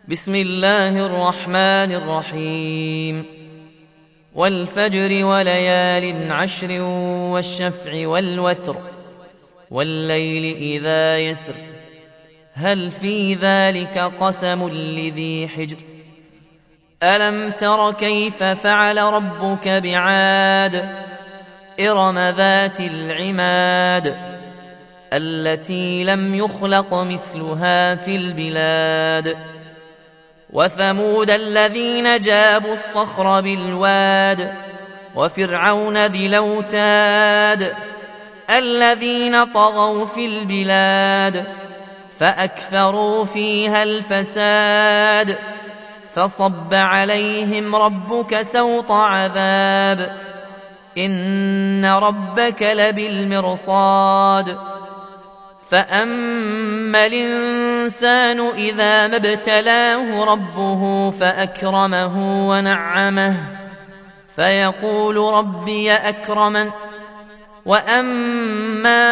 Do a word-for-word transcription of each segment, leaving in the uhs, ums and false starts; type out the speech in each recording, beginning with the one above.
بسم الله الرحمن الرحيم والفجر وليال عشر والشفع والوتر والليل إذا يسر هل في ذلك قسم لذي حجر ألم تر كيف فعل ربك بعاد إرم ذات العماد التي لم يخلق مثلها في البلاد وثمود الذين جابوا الصخر بالواد وفرعون ذي الأوتاد الذين طغوا في البلاد فأكثروا فيها الفساد فصب عليهم ربك سوط عذاب إن ربك لبالمرصاد فأما الإنسان إذا ما ابتلاه ربه فأكرمه ونعمه فيقول ربي أكرمن وأما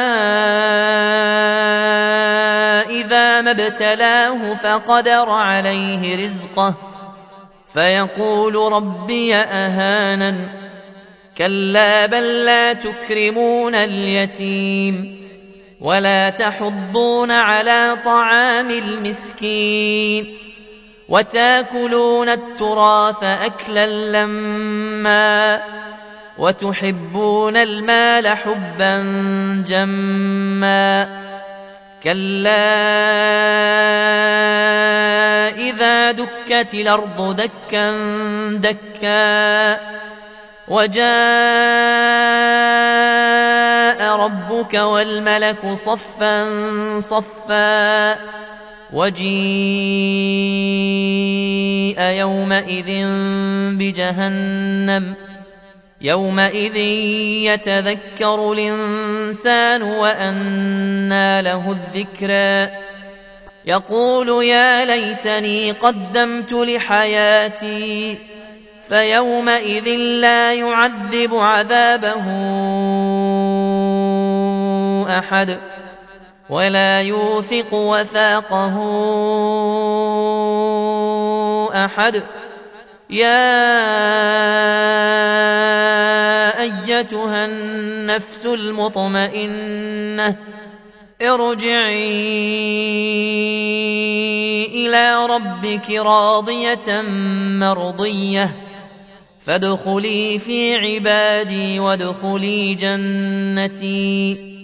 إذا ما ابتلاه فقدر عليه رزقه فيقول ربي أهانن كلا بل لا تكرمون اليتيم ولا تحضون على طعام المسكين وتاكلون التراث أكلا لما وتحبون المال حبا جما كلا إذا دكت الأرض دكا دكا وجاء ربك والملك صفا صفا وجيء يومئذ بجهنم يومئذ يتذكر الإنسان وأنى له الذكرى يقول يا ليتني قدمت لحياتي فيومئذ لا يعذب عذابه أحد ولا يوثق وثاقه أحد يا أيتها النفس المطمئنة ارجعي إلى ربك راضية مرضية فادخلي في عبادي وادخلي جنتي